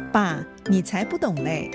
爸，你才不懂嘞！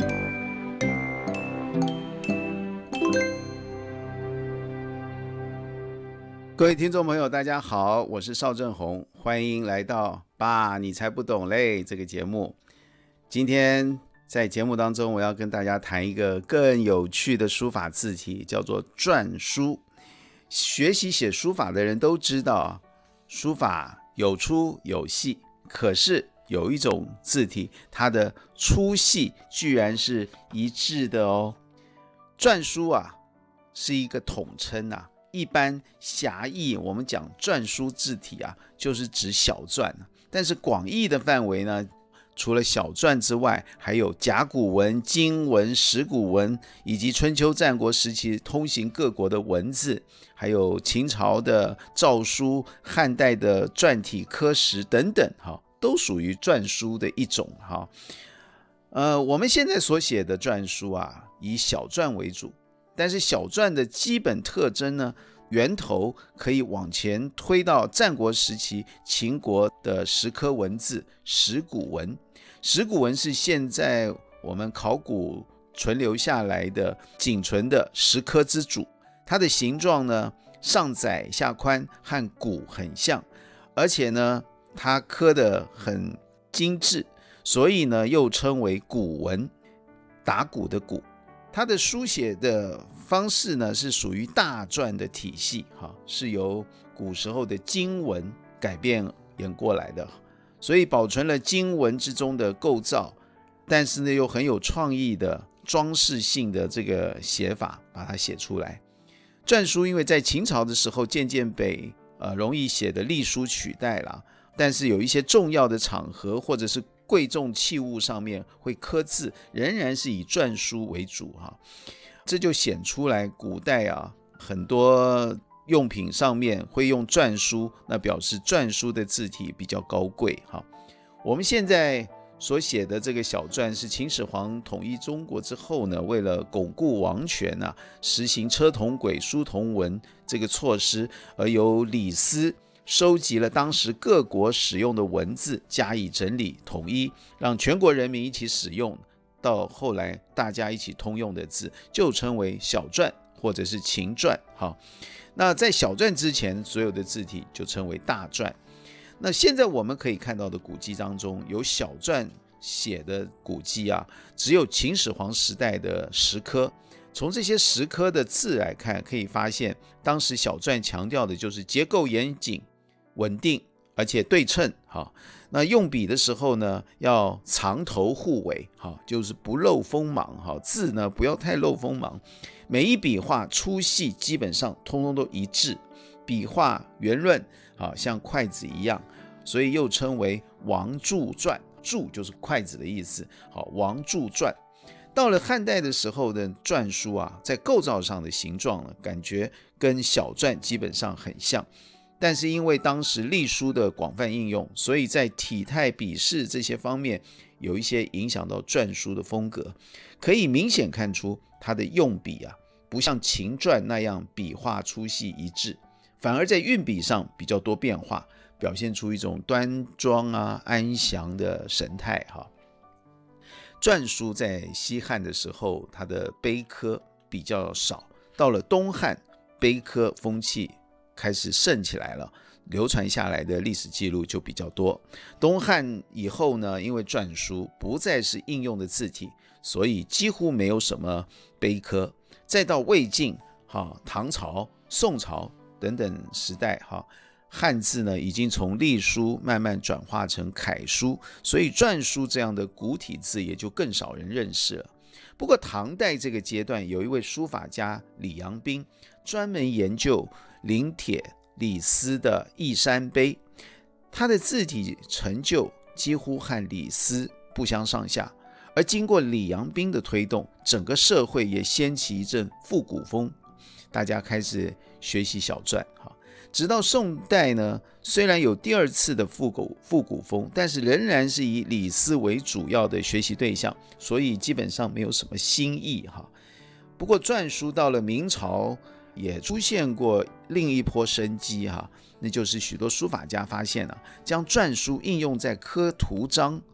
各位听众朋友大家好，我是邵正红，欢迎来到爸你才不懂嘞这个节目。今天在节目当中，我要跟大家谈一个更有趣的书法字体，叫做篆书。学习写书法的人都知道，书法有粗有细，可是有一种字体，它的粗细居然是一致的哦。篆书啊，是一个统称啊。一般狭义我们讲篆书字体啊，就是指小篆，但是广义的范围呢，除了小篆之外，还有甲骨文、金文、石鼓文，以及春秋战国时期通行各国的文字，还有秦朝的诏书、汉代的篆体刻石等等，都属于篆书的一种。我们现在所写的篆书啊，以小篆为主，但是小篆的基本特征呢，源头可以往前推到战国时期秦国的石刻文字石鼓文。石鼓文是现在我们考古存留下来的仅存的石刻之主，它的形状呢，上窄下宽，和鼓很像，而且呢，它刻得很精致，所以呢，又称为鼓文，打鼓的鼓。它的书写的方式呢，是属于大篆的体系，是由古时候的金文改变演过来的，所以保存了金文之中的构造，但是呢，又很有创意的装饰性的这个写法，把它写出来。篆书因为在秦朝的时候渐渐被容易写的隶书取代了，但是有一些重要的场合或者是贵重器物上面会刻字，仍然是以篆书为主。这就显出来古代很多用品上面会用篆书，那表示篆书的字体比较高贵。我们现在所写的这个小篆是秦始皇统一中国之后呢，为了巩固王权实行车同轨书同文这个措施，而由李斯收集了当时各国使用的文字，加以整理统一，让全国人民一起使用，到后来大家一起通用的字就称为小篆或者是秦篆。那在小篆之前，所有的字体就称为大篆。那现在我们可以看到的古迹当中，有小篆写的古迹只有秦始皇时代的石刻。从这些石刻的字来看，可以发现当时小篆强调的就是结构严谨、稳定而且对称。那用笔的时候呢，要藏头护尾，就是不露锋芒，字呢不要太露锋芒。每一笔画粗细基本上通通都一致，笔画圆润，像筷子一样，所以又称为王柱篆，柱就是筷子的意思。王柱篆。到了汉代的时候的篆书在构造上的形状感觉跟小篆基本上很像，但是因为当时隶书的广泛应用，所以在体态、笔势这些方面有一些影响到篆书的风格。可以明显看出它的用笔不像秦篆那样笔画粗细一致，反而在运笔上比较多变化，表现出一种端庄安详的神态。篆书在西汉的时候，它的碑刻比较少，到了东汉，碑刻风气开始盛起来了，流传下来的历史记录就比较多。东汉以后呢，因为篆书不再是应用的字体，所以几乎没有什么碑刻。再到魏晋、唐朝、宋朝等等时代，汉字呢已经从隶书慢慢转化成楷书，所以篆书这样的古体字也就更少人认识了。不过唐代这个阶段，有一位书法家李阳冰，专门研究临帖李斯的义山碑，他的字体成就几乎和李斯不相上下。而经过李阳冰的推动，整个社会也掀起一阵复古风，大家开始学习小篆。直到宋代呢，虽然有第二次的复古风，但是仍然是以李斯为主要的学习对象，所以基本上没有什么新意。不过篆书到了明朝也出现过另一波生机，那就是许多书法家发现将篆书应用在刻图章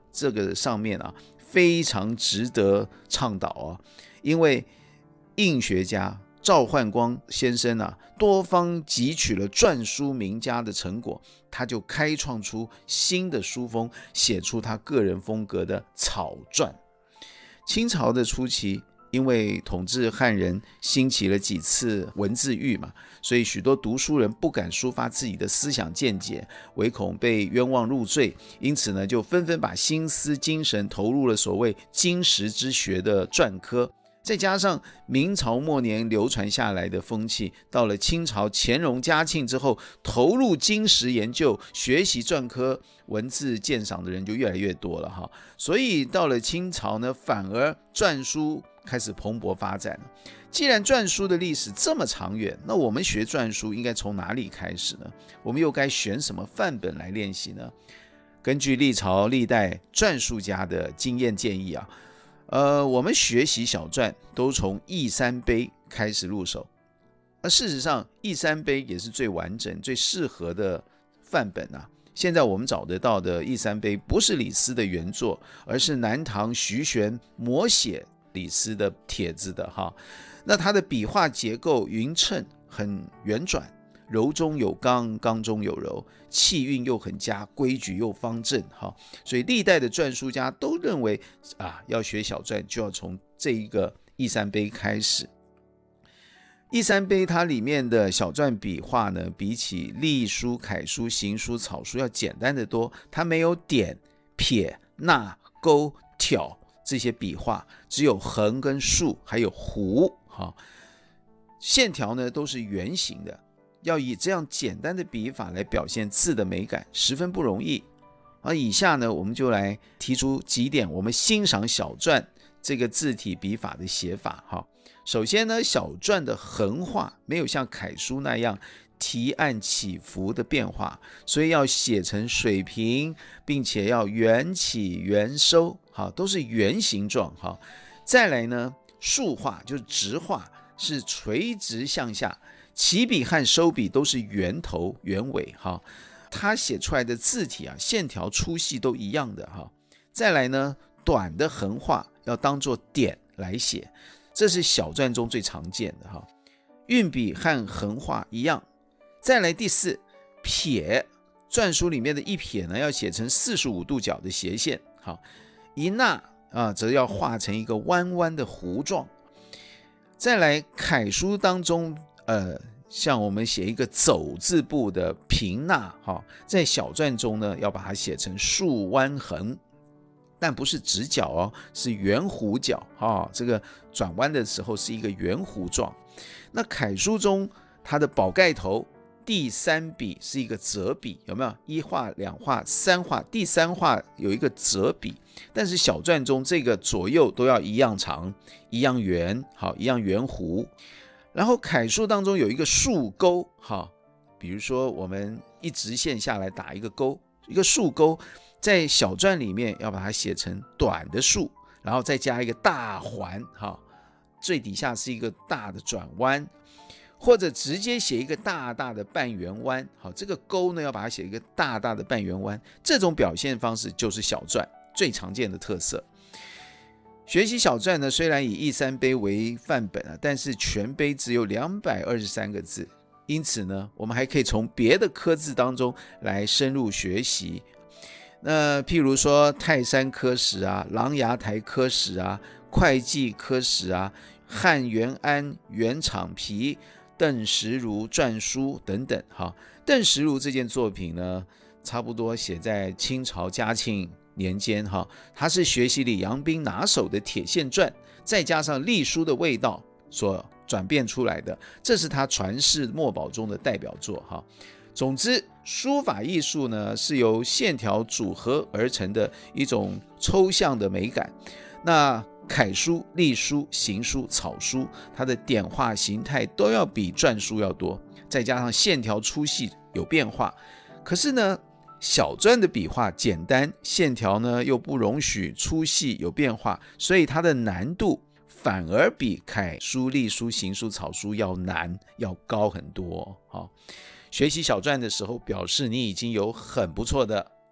这个上面啊，非常值得倡导啊，因为印学家赵焕光先生啊，多方汲取了篆书名家的成果，他就开创出新的书风，写出他个人风格的草篆。清朝的初期，因为统治汉人兴起了几次文字狱嘛，所以许多读书人不敢抒发自己的思想见解，唯恐被冤枉入罪，因此呢，就纷纷把心思精神投入了所谓经史之学的篆刻。再加上明朝末年流传下来的风气，到了清朝乾隆嘉庆之后，投入经史研究、学习篆刻文字鉴赏的人就越来越多了哈。所以到了清朝呢，反而篆书开始蓬勃发展了。既然篆书的历史这么长远，那我们学篆书应该从哪里开始呢？我们又该选什么范本来练习呢？根据历朝历代篆书家的经验建议啊，我们学习小篆都从易三碑开始入手。事实上，易三碑也是最完整、最适合的范本啊。现在我们找得到的易三碑不是李斯的原作，而是南唐徐玄摹写李斯的帖子的哈。那它的笔画结构匀称，很圆转，柔中有刚，刚中有柔，气韵又很佳，规矩又方正哈。所以历代的篆书家都认为要学小篆就要从这一个易三碑开始。易三碑它里面的小篆笔画呢，比起隶书、楷书、行书、草书要简单得多，它没有点、撇、捺、勾、挑这些笔画，只有横跟竖，还有弧哈。线条呢都是圆形的，要以这样简单的笔法来表现字的美感，十分不容易。以下呢，我们就来提出几点我们欣赏小篆这个字体笔法的写法哈。首先呢，小篆的横画没有像楷书那样提按起伏的变化，所以要写成水平，并且要圆起圆收，都是圆形状。再来呢，竖画就是直画，是垂直向下，起笔和收笔都是圆头圆尾。它写出来的字体线条粗细都一样的。再来呢，短的横画要当作点来写，这是小篆中最常见的。运笔和横画一样。再来第四，撇，篆书里面的一撇呢，要写成45度角的斜线。一捺则要画成一个弯弯的弧状。再来楷书当中，像我们写一个走字部的平捺，在小篆中呢，要把它写成竖弯横，但不是直角是圆弧角。这个转弯的时候是一个圆弧状。那楷书中它的宝盖头第三笔是一个折笔，有没有？一画、两画、三画，第三画有一个折笔。但是小篆中这个左右都要一样长，一样圆，一样圆弧。然后楷书当中有一个竖钩，比如说我们一直线下来打一个钩，一个竖钩，在小篆里面要把它写成短的竖，然后再加一个大环，最底下是一个大的转弯，或者直接写一个大大的半圆弯。这个钩呢要把它写一个大大的半圆弯，这种表现方式就是小篆最常见的特色。学习小篆呢，虽然以易三碑为范本但是全碑只有223个字，因此呢，我们还可以从别的刻字当中来深入学习。那譬如说泰山刻石琅琊台刻石会稽刻石汉元安、元敞皮、邓石如篆书等等。邓石如这件作品呢，差不多写在清朝嘉庆年间，它是学习李阳冰拿手的铁线篆，再加上隶书的味道所转变出来的，这是他传世墨宝中的代表作。总之，书法艺术呢，是由线条组合而成的一种抽象的美感。那楷书、隶书、行书、草书，它的点画形态都要比篆书要多，再加上线条粗细有变化。可是呢，小篆的笔画简单，线条呢又不容许粗细有变化，所以它的难度反而比楷书、隶书、行书、草书要难，要高很多。学习小篆的时候，表示你已经有很不错的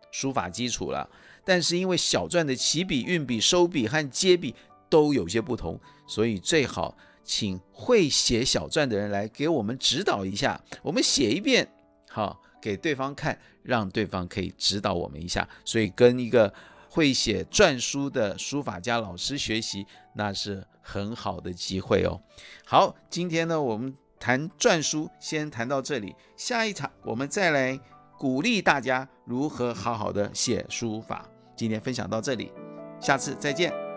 书法基础了，但是因为小篆的起笔、运笔、收笔和接笔都有些不同，所以最好请会写小篆的人来给我们指导一下，我们写一遍好给对方看，让对方可以指导我们一下。所以跟一个会写篆书的书法家老师学习，那是很好的机会哦。好，今天呢我们谈篆书先谈到这里，下一场我们再来鼓励大家如何好好的写书法。今天分享到这里，下次再见。